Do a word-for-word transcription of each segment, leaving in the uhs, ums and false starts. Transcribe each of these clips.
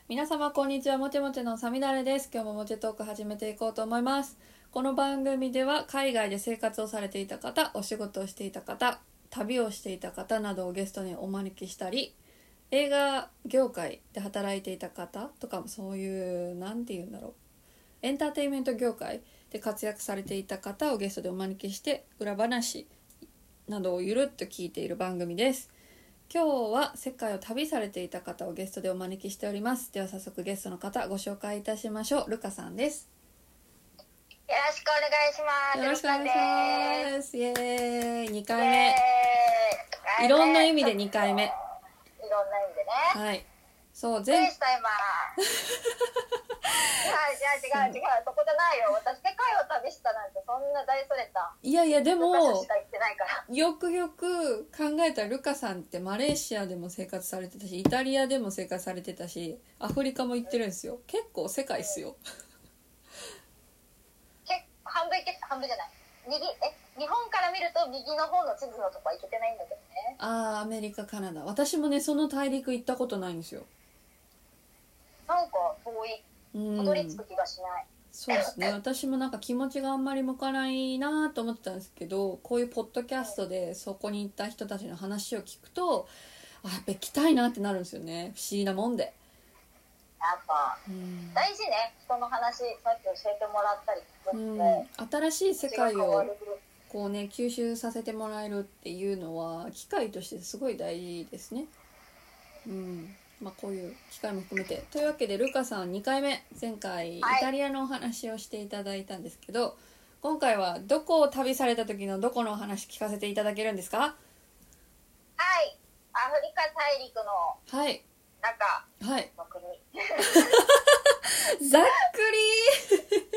皆様こんにちは。もちもちのさみだれです。今日ももちトーク始めていこうと思います。この番組では海外で生活をされていた方、お仕事をしていた方、旅をしていた方などをゲストにお招きしたり、映画業界で働いていた方とかも、そういうなんて言うんだろう、エンターテインメント業界で活躍されていた方をゲストでお招きして、裏話などをゆるっと聞いている番組です。今日は世界を旅されていた方をゲストでお招きしております。では早速ゲストの方ご紹介いたしましょう。ルカさんです。 よろしくお願いします。 よろしくお願いします。イエーイ。にかいめ。 イエーイ。 いろんな意味でにかいめ。 いろんな意味でね。 はい。そう、 前前した今。いや違う違う違う、そこじゃないよ。私世界を旅したなんてそんな大それた。 いやいやでもしか言ってないから。 よくよく考えたらルカさんってマレーシアでも生活されてたし、イタリアでも生活されてたし、アフリカも行ってるんですよ。結構世界っすよ。 結構半分いけ半分じゃない。右え日本から見ると右の方の地図のとこは行けてないんだけどね。 ああ、アメリカ、カナダ。私もねその大陸行ったことないんですよ。 なんか遠い。たどり着く気がしない。 そうですね。私もなんか気持ちがあんまり向かないなと思ってたんですけど、こういうポッドキャストでそこに行った人たちの話を聞くと、あ、やっぱ行きたいなってなるんですよね。不思議なもんで。 やっぱ、うん、大事ね。人の話そうやって教えてもらったり聞くって、 うん、新しい世界をこうね吸収させてもらえるっていうのは機会としてすごい大事ですね。うん。まあ、こういう機会も含めてというわけで、ルカさんにかいめ、前回イタリアのお話をしていただいたんですけど、はい、今回はどこを旅された時のどこのお話聞かせていただけるんですか？ はい、アフリカ大陸の中の国、はい、 ざっくり聞いてくれる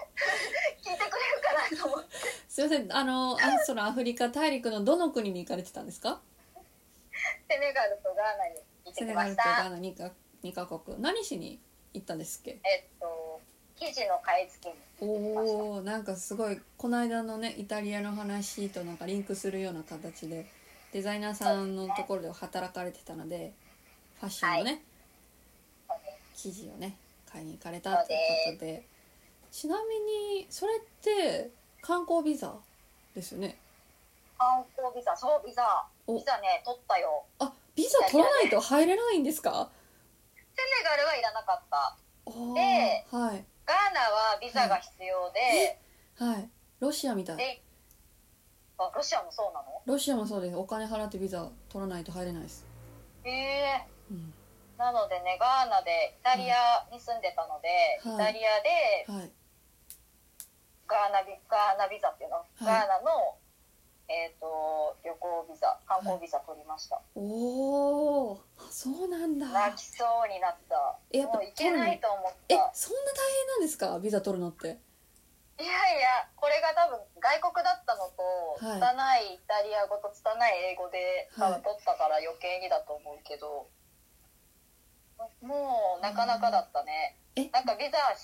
かなと思って。 すいません、あのあそのアフリカ大陸のどの国に行かれてたんですか？ セネガルとガーナにセネガルとガーナ 2, かにカ国。何しに行ったんですっけ？ えっと生地の買い付けに行ってきました。 おー、なんかすごいこの間のねイタリアの話となんかリンクするような形でデザイナーさんのところで働かれてたので、ファッションのね、はい、生地をね買いに行かれたということで、ちなみにそれって観光ビザですよね？ 観光ビザ、そうビザビザね取ったよ。 あ、ビザ取らないと入れないんですか？ セネガルはいらなかった。で、 はい、 ガーナはビザが必要で、 はい、はい、ロシアみたい。 で、あ、ロシアもそうなの？ ロシアもそうです。お金払ってビザ取らないと入れないです。 へえー、うん、なのでね、ガーナでイタリアに住んでたので、はい、イタリアで、はい、ガーナビ、ガーナビザっていうの、はい、ガーナのえー、と旅行ビザ、観光ビザ取りました、はい、 おお、そうなんだ。 泣きそうになった。え、やっぱもう行けないと思った。 え、そんな大変なんですか、ビザ取るのって？ いやいや、これが多分外国だったのと、はい、拙いイタリア語と拙い英語で多分取ったから余計にだと思うけど、はい、もうなかなかだったね。なんかビザ、はい、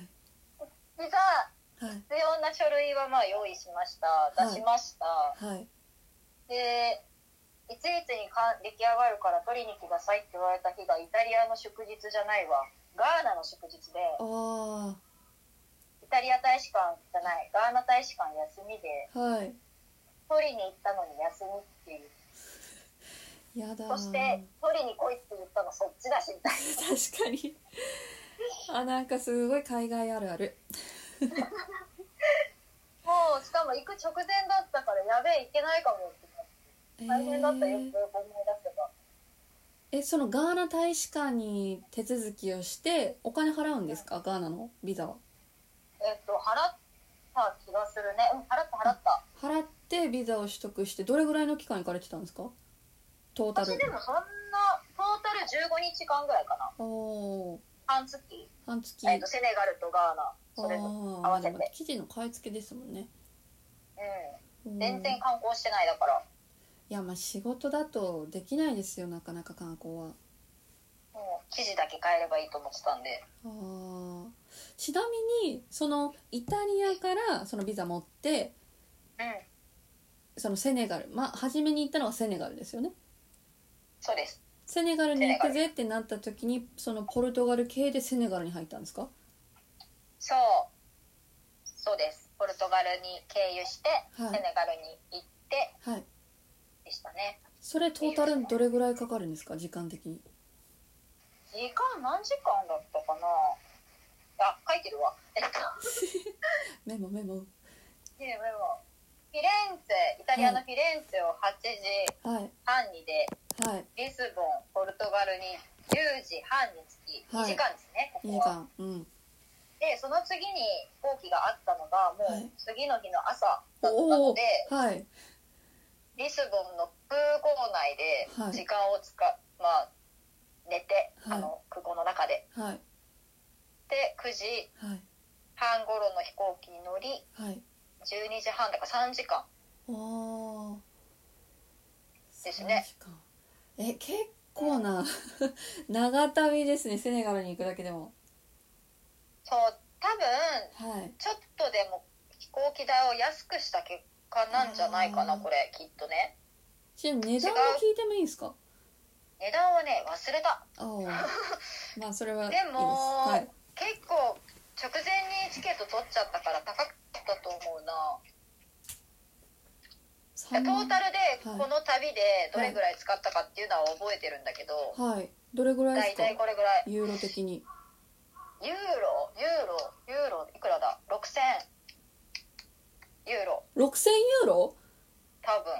ビザ必要な書類はまあ用意しました、出しました、はいはい、でいついつにか出来上がるから取りに来なさいって言われた日がイタリアの祝日じゃないわ、ガーナの祝日で、あ、イタリア大使館じゃない、ガーナ大使館休みで、はい、取りに行ったのに休みっていう。やだ。そして取りに来いって言ったのそっちだしみたいな。 確かに。あ、なんかすごい海外あるある。 もうしかも行く直前だったからやべえ行けないかもって大変だったよ、えー、よく思い出せば。 え、そのガーナ大使館に手続きをしてお金払うんですか、うん、ガーナのビザは？ えっと払った気がするね。うん、払った払った払ってビザを取得して、どれぐらいの期間行かれてたんですか、トータル？ 私でもそんなトータルじゅうごにちかんぐらいかな。お半月、 半月、 えっと、セネガルとガーナそれと合わせて。 生地の買い付けですもんね。 うん、全然観光してないだから。 いや、まあ仕事だとできないですよ、なかなか観光は。もう生地だけ買えればいいと思ってたんで。 あ、ちなみにそのイタリアからそのビザ持って、うん、そのセネガル、まあ初めに行ったのはセネガルですよね？ そうです。 セネガルに行くぜってなった時にそのポルトガル系でセネガルに入ったんですか？ そうそうです。ポルトガルに経由して、はい、セネガルに行ってでしたね。 それトータルどれぐらいかかるんですか、時間的に？ 時間何時間だったかなあ、書いてるわ。えっとメモメモ。 メモ。フィレンツェ、イタリアのフィレンツェをはちじはんにで、はい、リスボン、ポルトガルにじゅうじはんに着き、はい、にじかんですね、ここは。にじかん、うん、で、その次に飛行機があったのが、もう次の日の朝だったので、はい、リスボンの空港内で時間を使っ、まあ、寝て、はい、あの空港の中で。はい、で、くじはん頃の飛行機に乗り、はい、じゅうにじはんだからさんじかんですね。 え、結構な長旅ですね、セネガルに行くだけでも。 そう、多分、はい、ちょっとでも飛行機代を安くした結果なんじゃないかな、これきっとね。 ちなみに値段を聞いてもいいんですか？ 値段はね、忘れた。 まあそれはいいです。でも、はい、結構直前にチケット取っちゃったから高かったと思うな。トータルでこの旅でどれぐらい使ったかっていうのは覚えてるんだけど、 はい、どれぐらいですか？ 大体これぐらい。 ユーロ的に。 ユーロ、ユーロ、ユーロいくらだ？ろくせんユーロ。 ろくせんユーロ？ 多分。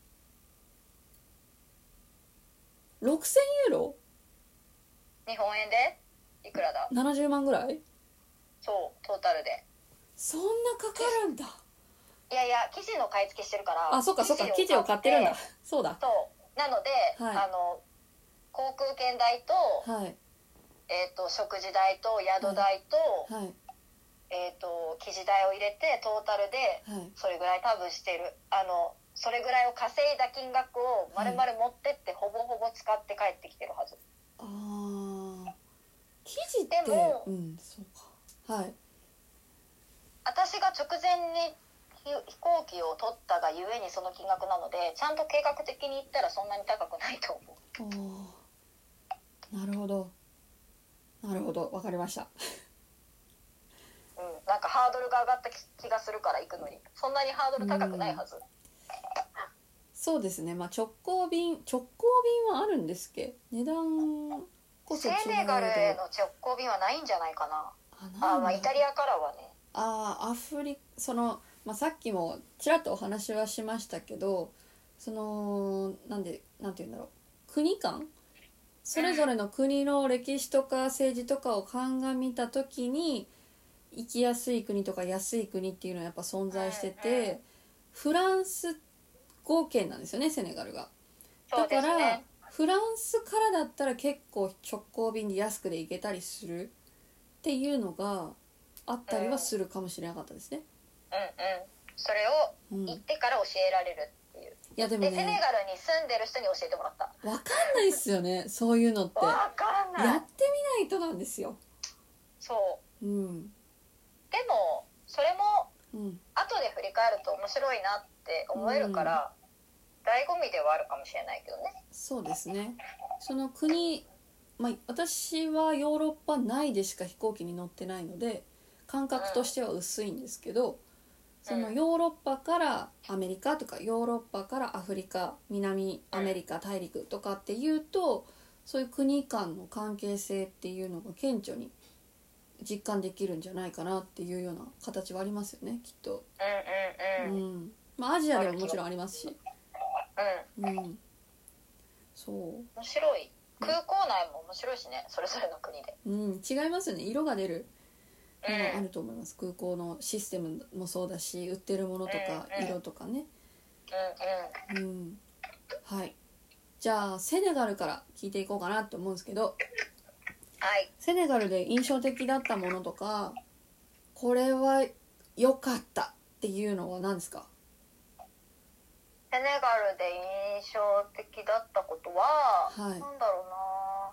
ろくせんユーロ？ 日本円でいくらだ？ ななじゅうまんぐらい？ そう、トータルで。 そんなかかるんだ。 いやいや、生地の買い付けしてるから。 あ、そっかそっか、生地を買ってるんだ。そうだ。 そうなので、はい、あの航空券代と、はい、えーと、食事代と宿代と、はいはい、えーと、生地代を入れてトータルでそれぐらい多分してる。あのそれぐらいを稼いだ金額を丸々持ってって、はい、ほぼほぼ使って帰ってきてるはず。 ああ、生地ってでも、うん、そうか、はい、 私が直前に飛行機を取ったがゆえにその金額なので、ちゃんと計画的に言ったらそんなに高くないと思う。 お、なるほどなるほど、分かりました。 うん、なんかハードルが上がった気がするから行くのに、そんなにハードル高くないはず。 そうですね、まあ、直行便直行便はあるんですっけ？値段こそ違う。 セネガルへの直行便はないんじゃないかな。ああ、まあイタリアからはね。 ああ、アフリその、まあ、さっきもちらっとお話はしましたけど、そのなんでなんていうんだろう、国間それぞれの国の歴史とか政治とかを鑑みた時に行きやすい国とか安い国っていうのはやっぱ存在してて、フランス語圏なんですよね、セネガルが。だから、ね、フランスからだったら結構直行便で安くで行けたりするっていうのがあったりはするかもしれなかったですね。 うんうん、それを行ってから教えられるっていう、うん、いやでもね、 でセネガルに住んでる人に教えてもらった。 分かんないっすよね、そういうのって。 分かんない。 やってみないとなんですよ。 そう、 うん、 でもそれも後で振り返ると面白いなって思えるから、うん、醍醐味ではあるかもしれないけどね。 そうですね。その国、まあ、私はヨーロッパ内でしか飛行機に乗ってないので感覚としては薄いんですけど、うん、そのヨーロッパからアメリカとかヨーロッパからアフリカ、南アメリカ大陸とかっていうと、そういう国間の関係性っていうのが顕著に実感できるんじゃないかなっていうような形はありますよね、きっと。 うんうんうん、 うん、まあアジアでももちろんありますし、 うん、 うん、そう面白い。空港内も面白いしね、それぞれの国で。 うん、違いますよね、色が出るのがあると思います、うん、空港のシステムもそうだし、売ってるものとか色とかね。 うんうん、 うん、はい。じゃあセネガルから聞いていこうかなって思うんですけど、 はい、 セネガルで印象的だったものとか、これは良かったっていうのは何ですか？ セネガルで印象的だったことは、 はい、 なんだろうな、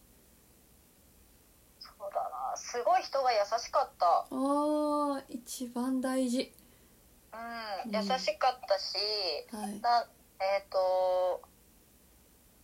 そうだな、すごい人が優しかった。 あー、一番大事。 うん、優しかったし、はい、なえっと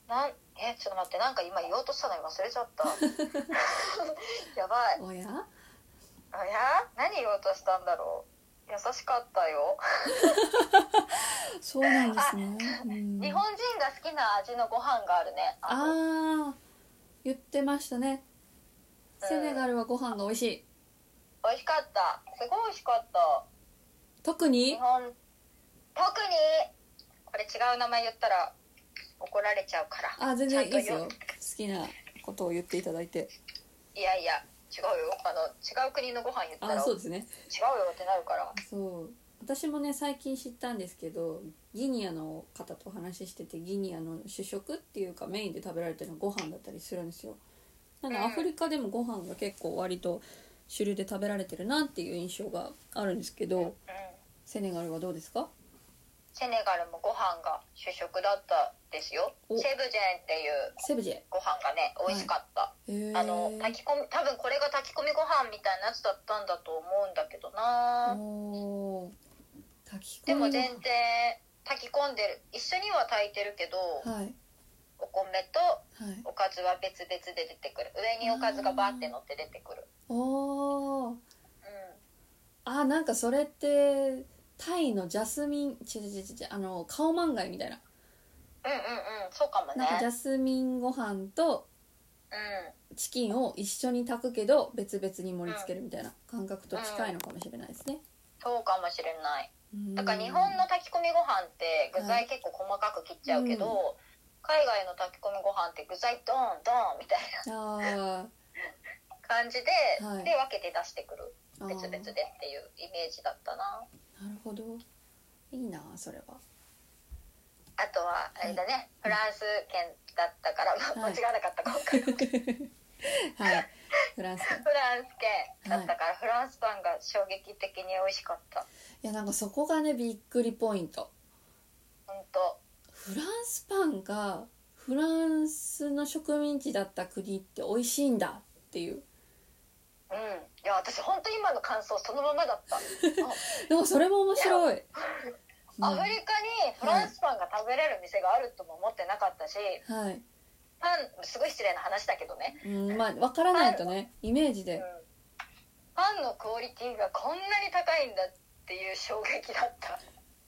なんえちょっと待って、なんか今言おうとしたのに忘れちゃったやばい。 おやあや何言おうとしたんだろう。優しかったよそうなんですね、うん、 日本人が好きな味のご飯があるね。あああ言ってましたね。セネガルはご飯が美味しい、うん、 美味しかった。すごい美味しかった。 特に日本特にこれ違う名前言ったら怒られちゃうから。 あ全然いいですよ、好きなことを言っていただいて。 いやいや違うよ、あの違う国のご飯言ったらあそうですね、 違うよってなるから。 そう私もね最近知ったんですけど、ギニアの方とお話ししてて、ギニアの主食っていうかメインで食べられてるのはご飯だったりするんですよ。なのでアフリカでもご飯が結構割と主流で食べられてるなっていう印象があるんですけど、 うん、 セネガルはどうですか？ セネガルもご飯が主食だったですよ。セブジェンっていうセブジェご飯がね美味しかった、はい、あの炊き込み、多分これが炊き込みご飯みたいなやつだったんだと思うんだけどな。 お炊き込みでも全然炊き込んでる、一緒には炊いてるけど、はい、お米とおかずは別々で出てくる。上におかずがバーって乗って出てくる。 おー、うん、あなんかそれってタイのジャスミンちちちちあのカオマンガイみたいな。 うんうんうんそうかもね。 なんかジャスミンご飯とチキンを一緒に炊くけど別々に盛り付けるみたいな感覚と近いのかもしれないですね、 うん、そうかもしれない。だから日本の炊き込みご飯って具材結構細かく切っちゃうけど、はい、うん、海外の炊き込みご飯って具材ドーンドーンみたいな感じで、はい、で分けて出してくる、別々でっていうイメージだったな。 なるほど、いいなそれは。 あとはあれだね、はい、フランス圏だったから、はい、間違わなかった今回はいフランス圏フランス圏だったから、はい、フランスパンが衝撃的に美味しかった。 いやなんかそこがねびっくりポイント。 本当フランスパンがフランスの植民地だった国って美味しいんだっていう。 うん、いや私本当に今の感想そのままだったでもそれも面白い。 アフリカにフランスパンが食べれる店があるとも思ってなかったし、はい、パンすごい失礼な話だけどね、 うんまあ、分からないとねイメージで、うん、 パンのクオリティがこんなに高いんだっていう衝撃だった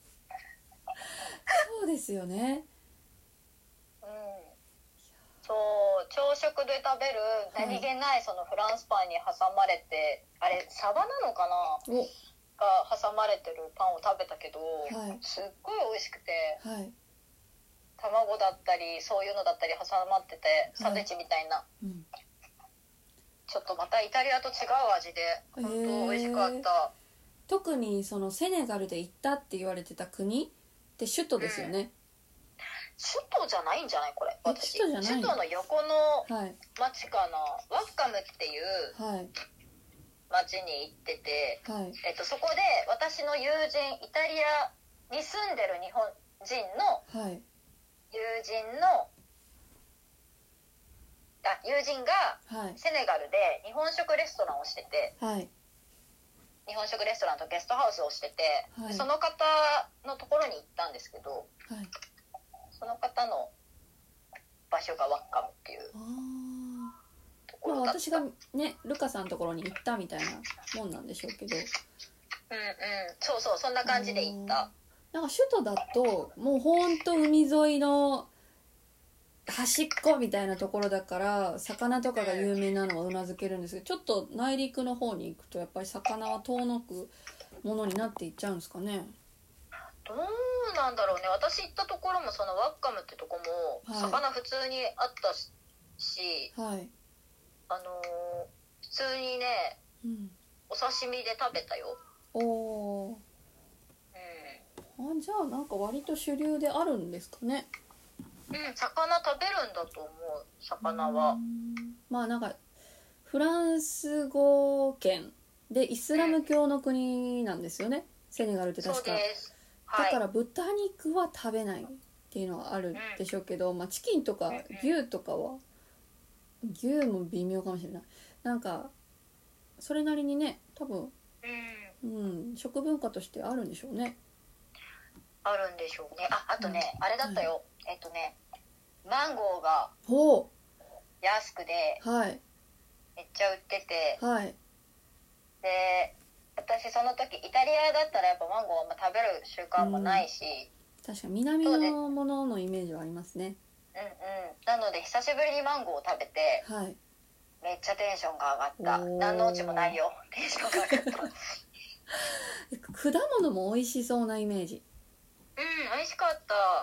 そうですよね、 うん、そう朝食で食べる何気ないそのフランスパンに挟まれて、はい、あれサバなのかなおが挟まれてるパンを食べたけど、はい、すっごい美味しくて、はい、卵だったりそういうのだったり挟まっててサンドイッチみたいな、はいうん、ちょっとまたイタリアと違う味で本当美味しかった。 特にそのセネガルで行ったって言われてた国って首都ですよね、うん、 首都じゃないんじゃないこれ。私首都じゃない、 首都の横の町かな、はい、ワッカムっていう、はい町に行ってて、はいえっと、そこで私の友人イタリアに住んでる日本人の友人の、はい、あ友人がセネガルで日本食レストランをしてて、はい、日本食レストランとゲストハウスをしてて、はい、その方のところに行ったんですけど、はい、その方の場所がワッカムっていう。 まあ、私がねルカさんのところに行ったみたいなもんなんでしょうけど、うんうんそうそうそんな感じで行った。 なんか首都だともうほんと海沿いの端っこみたいなところだから魚とかが有名なのはうなずけるんですけど、ちょっと内陸の方に行くとやっぱり魚は遠のくものになっていっちゃうんですかね。 どうなんだろうね。私行ったところもそのワッカムってとこも魚普通にあったし、はいあのー、普通にね、うん、お刺身で食べたよ。おー、 うん、あじゃあなんか割と主流であるんですかね。 うん魚食べるんだと思う。魚はまあなんかフランス語圏でイスラム教の国なんですよね、うん、セネガルって確か。そうです、はい、だから豚肉は食べないっていうのはあるでしょうけど、うんまあ、チキンとか牛とかは牛も微妙かもしれない。なんかそれなりにね多分、うん、食文化としてあるんでしょうね。 あるんでしょうね。あ、あとね、うん、あれだったよ、はい、えっとねマンゴーがほ安くでうはいめっちゃ売ってて、 はいで私その時イタリアだったらやっぱマンゴーあんま食べる習慣もないし、 うん、確か南のもののイメージはありますね。 うんうん、なので久しぶりにマンゴーを食べて、 はい、 めっちゃテンションが上がった。何のオチもないよ、テンションが上がった果物も美味しそうなイメージ。 うん、美味しかった。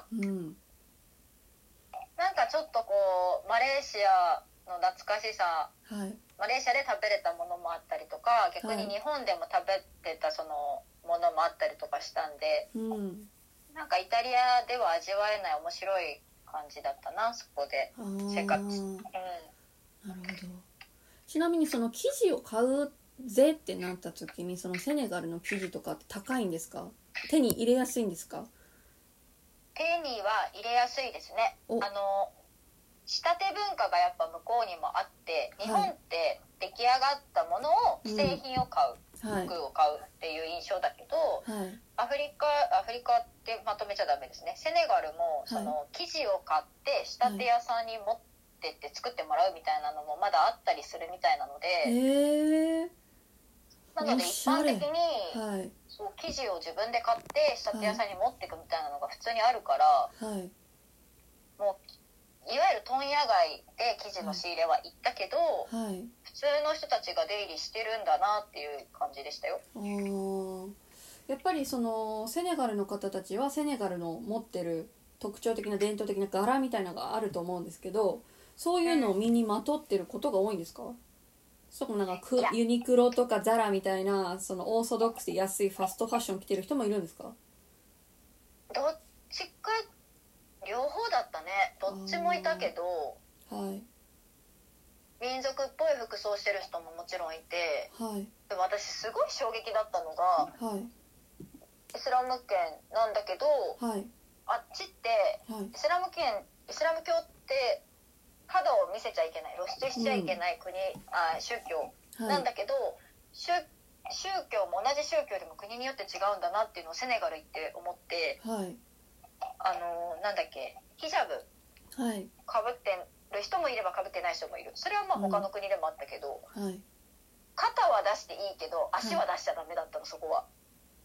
うん、 なんかちょっとこうマレーシアの懐かしさ、 はい、 マレーシアで食べれたものもあったりとか、逆に日本でも食べてたそのものもあったりとかしたんで、 うん、 なんかイタリアでは味わえない面白い感じだったな、そこで生活。うん、 なるほど。ちなみにその生地を買うぜってなった時に、そのセネガルの生地とかって高いんですか？手に入れやすいんですか？ 手には入れやすいですね。あの仕立て文化がやっぱ向こうにもあって、日本って出来上がったものを既製品を買う、うん、服を買うっていう印象だけど、はい、アフリカアフリカってまとめちゃダメですね。セネガルもその生地を買って仕立て屋さんに持ってって作ってもらうみたいなのもまだあったりするみたいなので、 へー、なので一般的に、はい、そう生地を自分で買って仕立て屋さんに持っていくみたいなのが普通にあるから、はい、もういわゆる問屋街で生地の仕入れは行ったけど、はい、普通の人たちが出入りしてるんだなっていう感じでしたよ。 あ、やっぱりそのセネガルの方たちはセネガルの持ってる特徴的な伝統的な柄みたいなのがあると思うんですけど、そういうのを身にまとってることが多いんですか？うん、そこなんかクユニクロとかザラみたいなそのオーソドックスで安いファストファッション着てる人もいるんですか？ どっちか両方だったね。どっちもいたけど、はい、民族っぽい服装してる人ももちろんいて、はい、でも私すごい衝撃だったのが、はい、イスラム圏なんだけど、はい、あっちって、はい、イスラム圏イスラム教って肌を見せちゃいけない、露出しちゃいけない国、うん、あ宗教なんだけど、はい、宗宗教も同じ宗教でも国によって違うんだなっていうのをセネガル行って思って、はい、あのなんだっけヒジャブかぶってる人もいればかぶってない人もいる。それはまあ他の国でもあったけど、うんはい、肩は出していいけど足は出しちゃダメだったの、そこは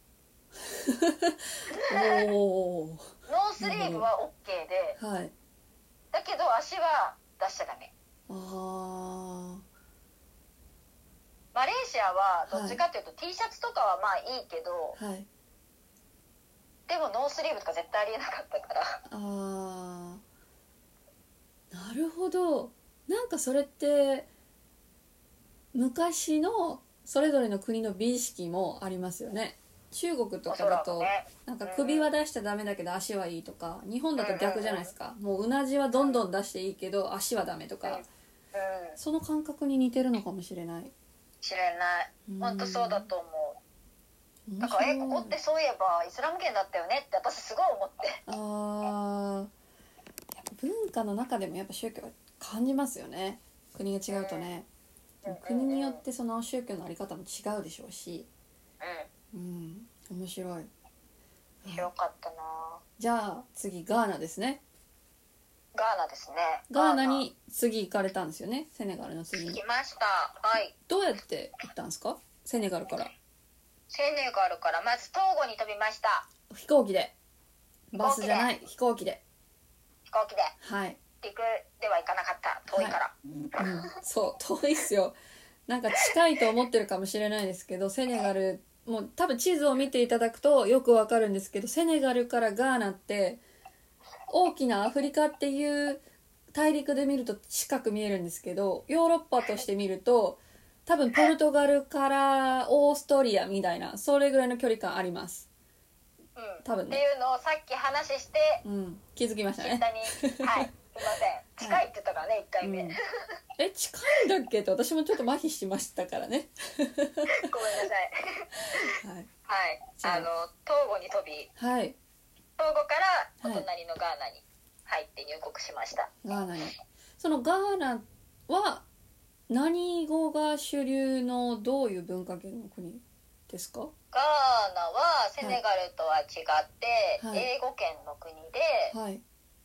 おノースリーブは OK で、はい、だけど足は出しちゃダメ。あマレーシアはどっちかっていうと、はい、T シャツとかはまあいいけど、はい、でもノースリーブとか絶対ありえなかったから。 あなるほど。なんかそれって昔のそれぞれの国の美意識もありますよね。中国とかだと、ね、なんか首は出しちゃダメだけど足はいいとか、日本だと逆じゃないですか、うんうんうん、もううなじはどんどん出していいけど足はダメとか、うんうん、その感覚に似てるのかもしれない。 知れない。本当そうだと思う。だからえここってそういえばイスラム圏だったよねって私すごい思って。 あやっぱ文化の中でもやっぱ宗教は感じますよね。国が違うとね、うん、国によってその宗教のあり方も違うでしょうし、うん、うん、面白い。面白かったな。 じゃあ次ガーナですね。 ガーナですね。 ガーナに次行かれたんですよね。セネガルの次に行きました。はい。 どうやって行ったんですか？セネガルから。 セネガルからまずトーゴに飛びました。 飛行機で。バスじゃない飛行機で。 飛行機で。 はい。 陸では行かなかった。遠いから、 はいうん、そう遠いっすよ。なんか近いと思ってるかもしれないですけど、セネガルもう多分地図を見ていただくとよくわかるんですけど、セネガルからガーナって大きなアフリカっていう大陸で見ると近く見えるんですけど、ヨーロッパとして見ると多分ポルトガルからオーストリアみたいなそれぐらいの距離感あります、 うん、多分ね。っていうのをさっき話して、 うん、気づきましたね。 はいすいません近いって言ったからね、はい、いっかいめ、うん、 え近いんだっけって私もちょっと麻痺しましたからねごめんなさいはい、はい、あのトーゴに飛び、はい、トーゴからお隣のガーナに入って入国しました、はい、 ガーナに。そのガーナは何語が主流のどういう文化圏の国ですか？ ガーナはセネガルとは違って、はい、英語圏の国で、はい、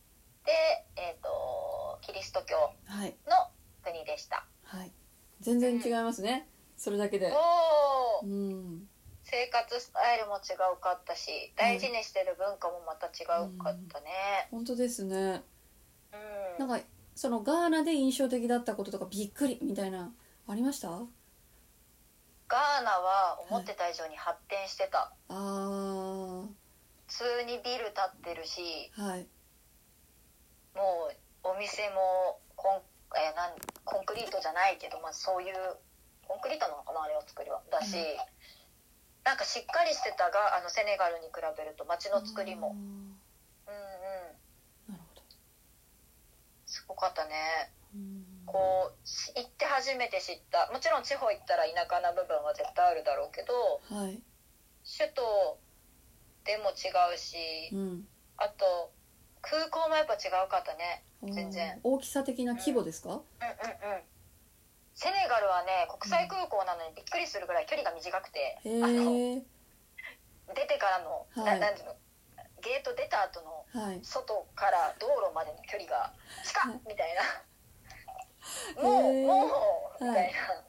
で、えー、とキリスト教はいの国でした。 はい、全然違いますね、うん、それだけで。 おー、 うん、 生活スタイルも違うかったし、大事にしてる文化もまた違うかったね、 うん、本当ですね、 うん、 なんかそのガーナで印象的だったこととかびっくりみたいなありました？ ガーナは思ってた以上に発展してた、 はい、あー、 普通にビル建ってるし、 はい、 もうお店もコン、えー、なんコンクリートじゃないけど、まあ、そういうコンクリートなのかなあれは作りはだし、うん、なんかしっかりしてたがあのセネガルに比べると街の作りも、うんうん、 なるほど、 すごかったね。 うん、 こう行って初めて知った、もちろん地方行ったら田舎な部分は絶対あるだろうけど、 はい、 首都でも違うし、うん、あと空港もやっぱ違うかったね。全然大きさ的な規模ですか？うん、うんうんうん。セネガルはね国際空港なのにびっくりするぐらい距離が短くて、 うん、 あの出てからの、はい、ななんていうのゲート出た後の外から道路までの距離が近っ、はい、みたいなもうもうみたいな、はい、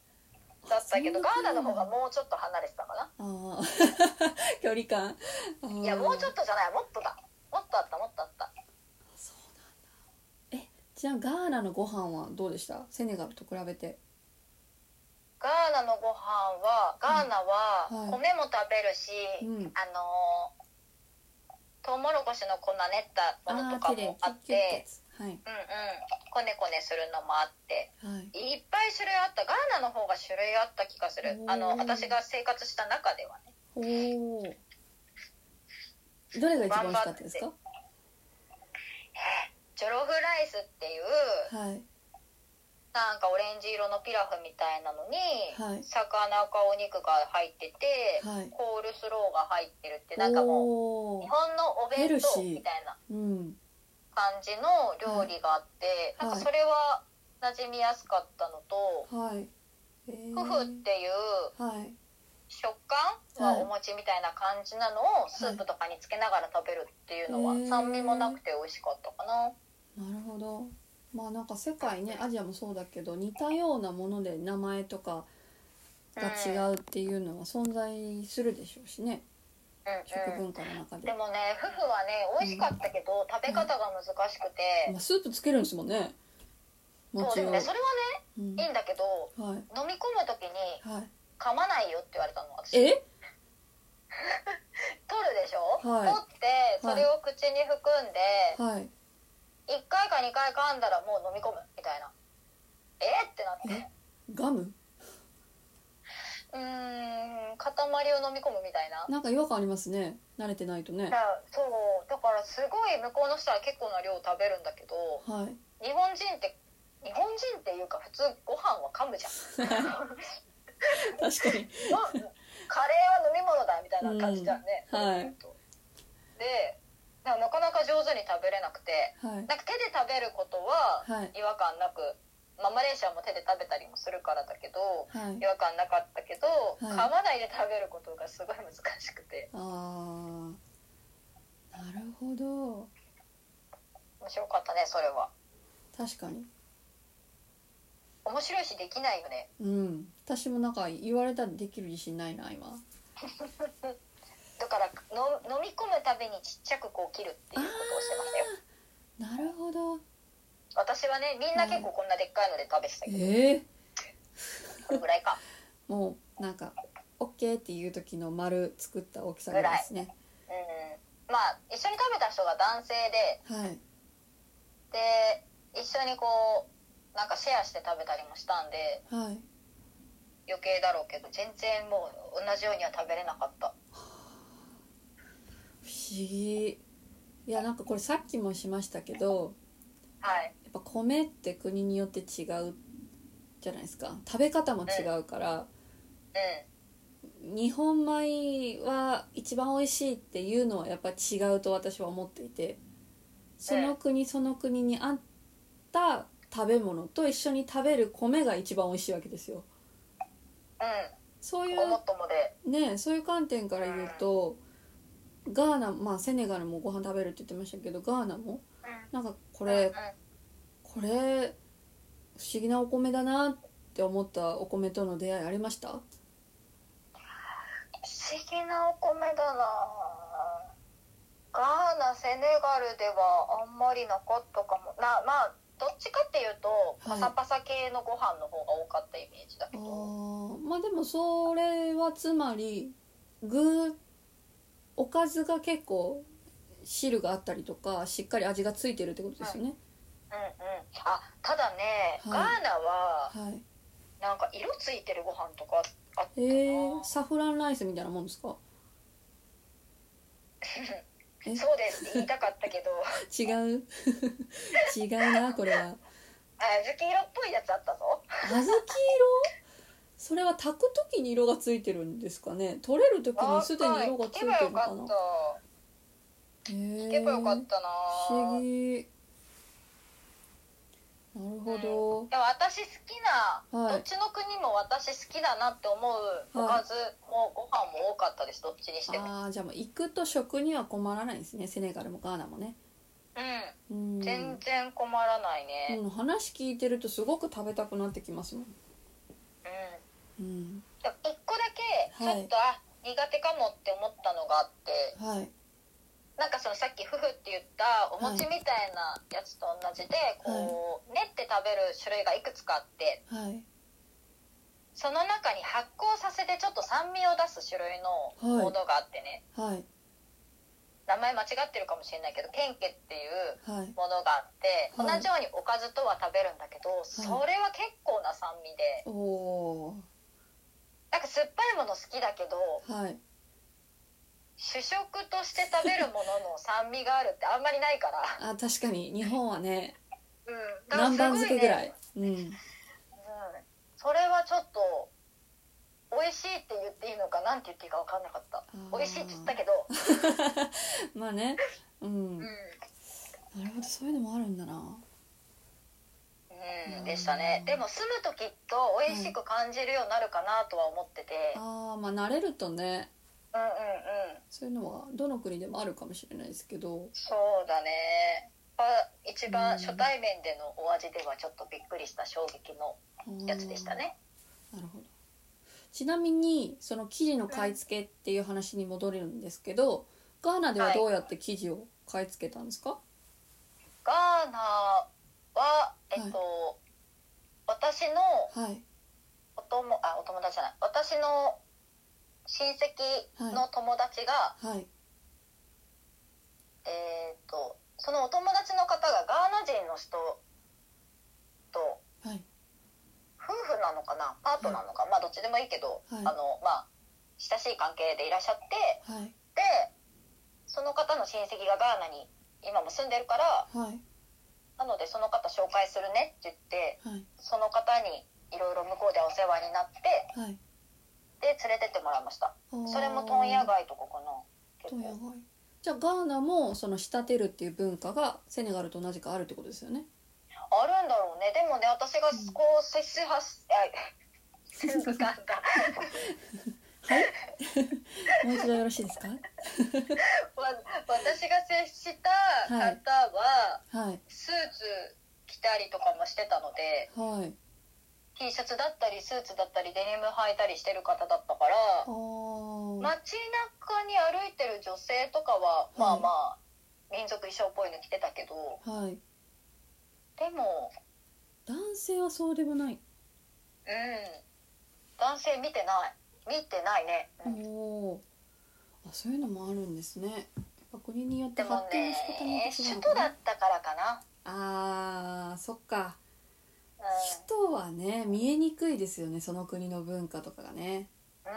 だったけどガーナの方がもうちょっと離れてたかな。 あ距離感いやもうちょっとじゃない、もっとだ、もっとあったもっとあった。 そうなんだ。え、じゃあガーナのご飯はどうでした？セネガルと比べて。 ガーナのご飯はガーナは米も食べるし、はい、あのトウモロコシの粉練ったものとかもあって、はい、うんうん、コネコネするのもあって、はい、いっぱい種類あった。ガーナの方が種類あった気がする。あの私が生活した中ではね。 おー、どれが一番美味しかったですか？ ジョロフライスっていう、はい、なんかオレンジ色のピラフみたいなのに、はい、魚かお肉が入ってて、はい、コールスローが入ってるって、なんかもう日本のお弁当みたいな感じの料理があって、うん、なんかそれは馴染みやすかったのと、はい、えー、フフっていう、はい、食感はお餅みたいな感じなのをスープとかにつけながら食べるっていうのは、はい、酸味もなくて美味しかったかな。 なるほど。まあなんか世界ね、アジアもそうだけど似たようなもので名前とかが違うっていうのは存在するでしょうしね、うんうん、食文化の中で。 でもねフフはね美味しかったけど、うん、食べ方が難しくて、 まあ、スープつけるんですもんね。 そうでもねそれはね、うん、いいんだけど、はい、飲み込む時に、はい、噛まないよって言われたの私。え取るでしょ、はい、取ってそれを口に含んで、はい、いっかいかにかい噛んだらもう飲み込むみたいな。えってなって。 ガム？ うーん、塊を飲み込むみたいな。 なんか違和感ありますね、慣れてないとね。 そうだからすごい向こうの人は結構な量食べるんだけど、はい、日本人って日本人っていうか普通ご飯は噛むじゃん確かにカレーは飲み物だみたいな感じじゃんね、うん、はい、でなかなか上手に食べれなくて、はい、なんか手で食べることは違和感なく、はい、まあ、マレーシアも手で食べたりもするからだけど、はい、違和感なかったけど、はい、噛まないで食べることがすごい難しくて。 あー、なるほど。 面白かったねそれは。 確かに面白いしできないよね。 うん、私もなんか言われたらできる自信ないな今だからの飲み込むたびにちっちゃくこう切るっていうことをしてましたよ。 なるほど。 私はねみんな結構こんなでっかいので食べてたけど、 えー、 これぐらいかもうなんか OK っていう時の丸作った大きさぐらいですね。 うん、まあ一緒に食べた人が男性で、はい、で一緒にこうなんかシェアして食べたりもしたんで、はい、余計だろうけど全然もう同じようには食べれなかった。 不思議。いやなんかこれさっきもしましたけど、はい、やっぱ米って国によって違うじゃないですか。食べ方も違うから、うんうん、日本米は一番美味しいっていうのはやっぱ違うと私は思っていて、その国、うん、その国に合った食べ物と一緒に食べる米が一番美味しいわけですよ。 うん、そういうごもっともでね、そういう観点から言うと、うん、ガーナ、まあセネガルもご飯食べるって言ってましたけど、ガーナもなんかこれ、 うんうん、 これ不思議なお米だなって思ったお米との出会いありました？ 不思議なお米だな。ガーナ、セネガルではあんまりなかったかもな。まあどっちかっていうとパサパサ系のご飯の方が多かったイメージだけど、 あまあでもそれはつまり具おかずが結構汁があったりとかしっかり味がついてるってことですよね、 うん、うんうん。あ、ただね、 はい、 ガーナは、 はい、 なんか色ついてるご飯とかあったな。 えー、サフランライスみたいなもんですか？えそうですって言いたかったけど違う違うなこれは。 小豆色っぽいやつあったぞ。 小豆色？それは炊く時に色がついてるんですかね？取れる時にすでに色がついてるのかな？ 聞けばよかったな。 不思議。なるほど、 うん、でも私好きな、はい、どっちの国も私好きだなって思うおかずもご飯も多かったです、どっちにしても。 ああ、じゃあもう行くと食には困らないですね、セネガルもガーナもね。 うん、うん、全然困らないね、 うん、話聞いてるとすごく食べたくなってきますもん。 うん、 うん、 でも一個だけちょっと、はい、あ苦手かもって思ったのがあって、はい、なんかそのさっきフフって言ったお餅みたいなやつと同じで、はい、こう練って食べる種類がいくつかあって、はい、その中に発酵させてちょっと酸味を出す種類のものがあってね、はいはい、名前間違ってるかもしれないけどケンケっていうものがあって、はい、同じようにおかずとは食べるんだけど、はい、それは結構な酸味で、おなんか酸っぱいもの好きだけど、はい、主食として食べるものの酸味があるってあんまりないからあ、確かに日本はね、 うん、 南蛮漬けぐらい、うんうん、 それはちょっと美味しいって言っていいのかなんて言っていいか分かんなかった。美味しいって言ったけどまあね、うん、うん、なるほど、そういうのもあるんだな。 うん、でしたね。でも住むときっと美味しく感じるようになるかなとは思ってて、 はい、ああ、まあ慣れるとね、 うんうんうん、 そういうのはどの国でもあるかもしれないですけど、 そうだね、一番初対面でのお味ではちょっとびっくりした衝撃のやつでしたね。 なるほど。ちなみにその生地の買い付けっていう話に戻るんですけど、ガーナではどうやって生地を買い付けたんですか？はい、 ガーナはえっと、はい、私のお友、あ、お友達じゃない、私の親戚の友達が、はいはい、えー、っとそのお友達の方がガーナ人の人と、はい、夫婦なのかな、パートなのか、はい、まあどっちでもいいけど、はい、あのまあ親しい関係でいらっしゃって、はい、でその方の親戚がガーナに今も住んでるから、はい、なのでその方紹介するねって言って、はい、その方にいろいろ向こうでお世話になって、はい、で連れてってもらいました。それも問屋街とかかな、結構。 じゃあガーナもその仕立てるっていう文化がセネガルと同じくあるってことですよね。 あるんだろうね。でもね、私がこう接しはし、うん、全部噛んだはいもう一度よろしいですか私が接した方は、はいはい、スーツ着たりとかもしてたので、はい、T シャツだったりスーツだったりデニム履いたりしてる方だったから、街中に歩いてる女性とかは、はい、まあまあ民族衣装っぽいの着てたけど、はい、でも男性はそうでもない。うん、 男性見てない見てないね、うん、 おあ、そういうのもあるんですね。やっぱ国によって発展の仕方によって違うのかな。首都だったからかな。 あー、そっか、うん、首都はね見えにくいですよね、その国の文化とかがね。 うん、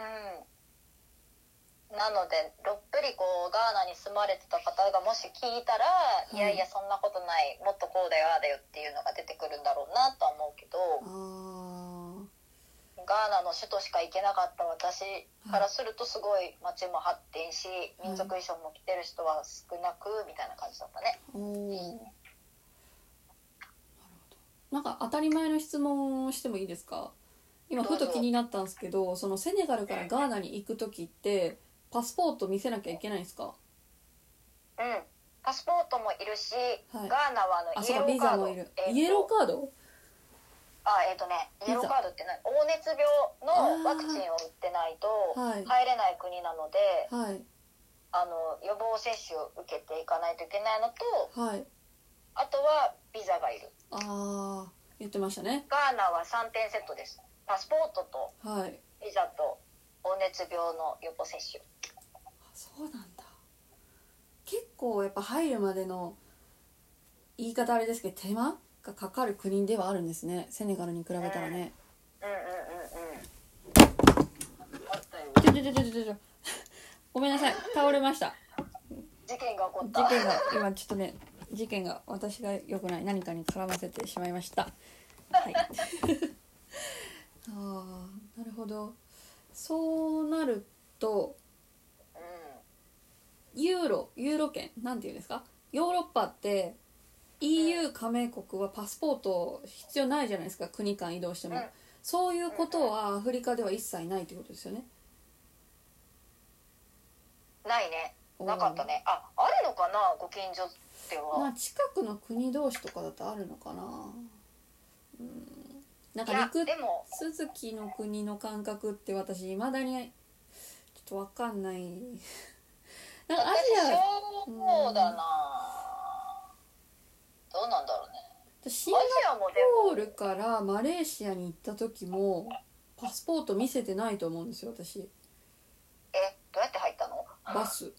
なのでどっぷりこうガーナに住まれてた方がもし聞いたら、はい、いやいやそんなことない、もっとこうだよああだよっていうのが出てくるんだろうなとは思うけど、あガーナの首都しか行けなかった私からするとすごい街も発展し、はい、民族衣装も着てる人は少なくみたいな感じだったね。おー、なるほど。なんか当たり前の質問をしてもいいですか？今ふと気になったんですけど、そのセネガルからガーナに行く時ってパスポート見せなきゃいけないんですか？ うん、 パスポートもいるし、 はい、 ガーナはあのイエローカード、 ビザもいる、えー、イエローカードあえっ、ー、とねイエローカードって何、黄熱病のワクチンを打ってないと入れない国なので、はい、あの予防接種を受けていかないといけないのと、はい、あとはビザがいる。 ああ言ってましたね。 ガーナはさんてんセットです。パスポートとビザと黄熱病の予防接種。 あ、そうなんだ。結構やっぱ入るまでの言い方あれですけど手間がかかる国ではあるんですね、セネガルに比べたらね。うんうんうんうんあったよ。ちょちょちょちょちょごめんなさい、倒れました。 事件が起こった。 事件が今ちょっとね事件が私が良くない何かに絡ませてしまいました。はいああなるほど。そうなると、うん、ユーロユーロ圏なんていうんですか、ヨーロッパって イーユー 加盟国はパスポート必要ないじゃないですか、国間移動しても、うん、そういうことはアフリカでは一切ないってことですよね。 ないね、なかったね。あ、あるのかな、ご近所では。 まあ近くの国同士とかだとあるのかな。うん、なんか陸続きの国の感覚って私未だにちょっと分かんない。 なんかアジアそうだな、うん、どうなんだろうね。 シンガポールからマレーシアに行った時もパスポート見せてないと思うんですよ私。 え、どうやって入ったの？ バス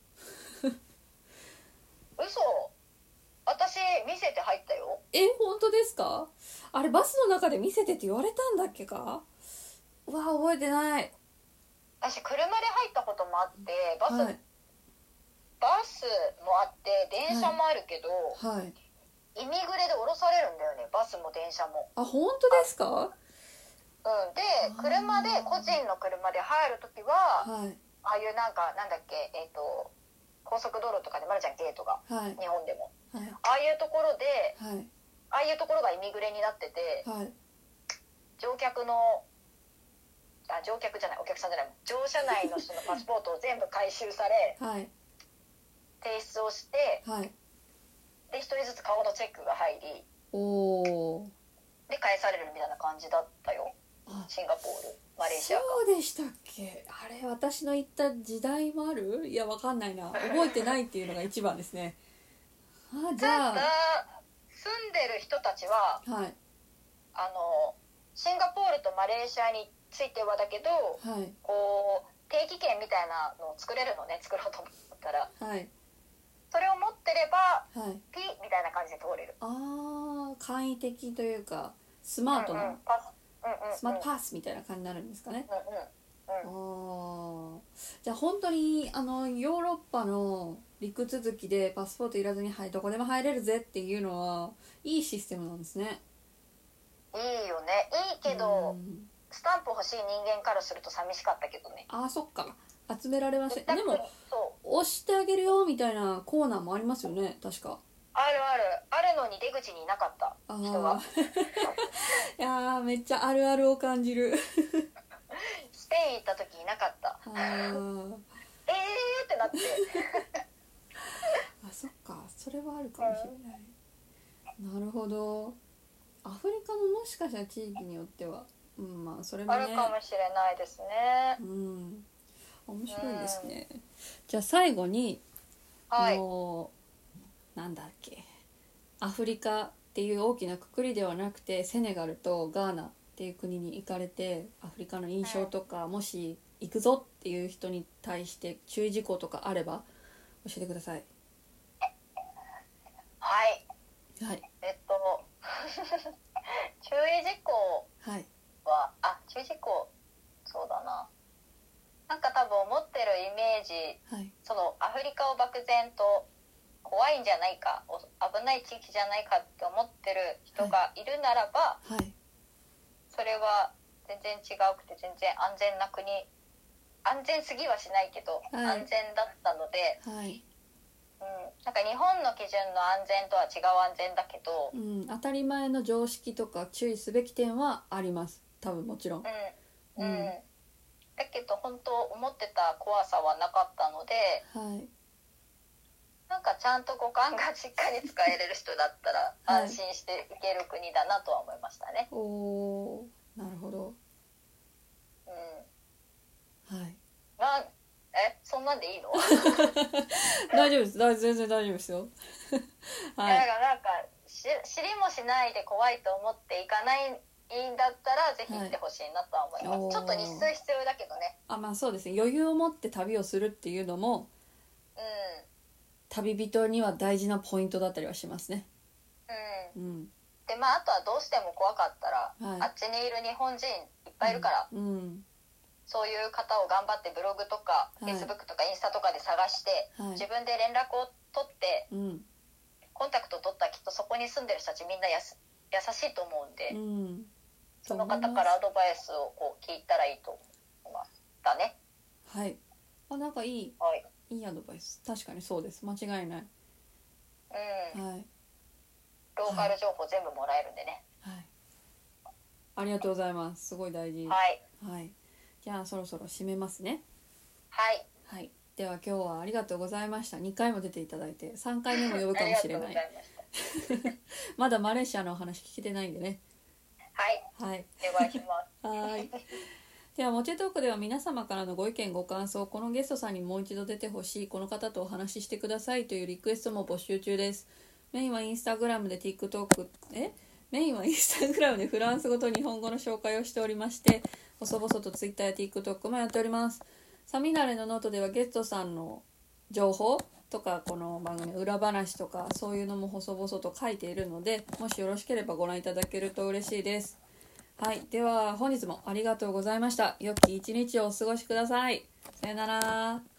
嘘、私見せて入ったよ。 え、本当ですか？あれバスの中で見せてって言われたんだっけか。うわ覚えてない。 私車で入ったこともあってバス、はい、バスもあって電車もあるけど、はいはい、イミグレで降ろされるんだよね、バスも電車も。 あ、本当ですか？ うん、で車で個人の車で入るときは、はい、ああいうなんかなんだっけ、えっと高速道路とかでもあるじゃん、ゲートが、はい、日本でも、はい、ああいうところで、はい、ああいうところがイミグレになってて、はい、乗客のあ乗客じゃないお客さんじゃない乗車内の人のパスポートを全部回収され、はい、提出をして、はい、で一人ずつ顔のチェックが入り、おで返されるみたいな感じだったよ。シンガポール、マレーシアか。 そうでしたっけ。あれ私の行った時代もある？いやわかんないな、覚えてないっていうのが一番ですね。 あ、じゃあただ住んでる人たちは、はい、あのシンガポールとマレーシアについてはだけど、はい、こう定期券みたいなのを作れるのね、作ろうと思ったら、はい、それを持ってれば、はい、ピみたいな感じで通れる。 ああ、簡易的というかスマートな、うんうん、パスうんうんうん、スマートパスみたいな感じになるんですかね。うんうんうん、あじゃあ本当にあのヨーロッパの陸続きでパスポートいらずに、はい、どこでも入れるぜっていうのはいいシステムなんですね。 いいよね、いいけど、うん、スタンプ欲しい人間からすると寂しかったけどね。 あ、そっか、集められません。でも押してあげるよみたいなコーナーもありますよね、確か。 あるあるあるのに出口にいなかった人がいやめっちゃあるあるを感じるスペイン行った時いなかった。あえーってなってあ、そっか、それはあるかもしれない、うん、なるほど。アフリカももしかしたら地域によっては、うん、まあそれもねあるかもしれないですね。 うん、面白いですね、うん、じゃあ最後に、はい、もうなんだっけ、アフリカっていう大きな括りではなくてセネガルとガーナっていう国に行かれてアフリカの印象とか、うん、もし行くぞっていう人に対して注意事項とかあれば教えてください。 はい、はい、えっと注意事項は、はい、あ注意事項そうだな、なんか多分思ってるイメージ、はい、そのアフリカを漠然と怖いんじゃないか、危ない地域じゃないかって思ってる人がいるならば、はいはい、それは全然違うくて全然安全な国、安全すぎはしないけど、はい、安全だったので、はいうん、なんか日本の基準の安全とは違う安全だけど、 うん、当たり前の常識とか注意すべき点はあります、多分もちろん、 うんうんうん、だけど本当思ってた怖さはなかったので、はい、 なんかちゃんと五感がしっかり使えれる人だったら安心していける国だなとは思いましたね。 おー、なるほど。 うん。 はい。 なんえそんなんでいいの？ 大丈夫です。だ全然大丈夫ですよ。はい。 だからなんかし知りもしないで怖いと思っていかないんだったらぜひ行ってほしいなとは思います、はい、ちょっと日数必要だけどね。 あ、まあそうですね。余裕を持って旅をするっていうのも、 うん、 旅人には大事なポイントだったりはしますね。 うん、 うん、 でまああとはどうしても怖かったら、はい、あっちにいる日本人いっぱいいるから、 うんうん、 そういう方を頑張ってブログとか、はい、Facebook とかインスタとかで探して、はい、自分で連絡を取って、うん、コンタクト取ったらきっとそこに住んでる人たちみんなやす優しいと思うんで、うん、その方からアドバイスをこう聞いたらいいと思いますだね。 はい。あ、なんかいい、はい、いいアドバイス。確かにそうです。間違いない。 うん。はい。ローカル情報全部もらえるんでね。はい。 ありがとうございます。すごい大事。 はい。 はい。じゃあそろそろ締めますね。 はい。 はい。では今日はありがとうございました。にかいも出ていただいて、さんかいめも呼ぶかもしれない。ありがとうございました。まだマレーシアのお話聞けてないんでね。 はい。はい。お願いします。 はい。ではモチェトークでは皆様からのご意見ご感想、このゲストさんにもう一度出てほしい、この方とお話ししてくださいというリクエストも募集中です。メインはインスタグラムで TikTok えメインはインスタグラムでフランス語と日本語の紹介をしておりまして、細々と Twitter や TikTok もやっております。サミナレのノートではゲストさんの情報とか、この番組裏話とかそういうのも細々と書いているので、もしよろしければご覧いただけると嬉しいです。はい、では本日もありがとうございました。良き一日をお過ごしください。さよなら。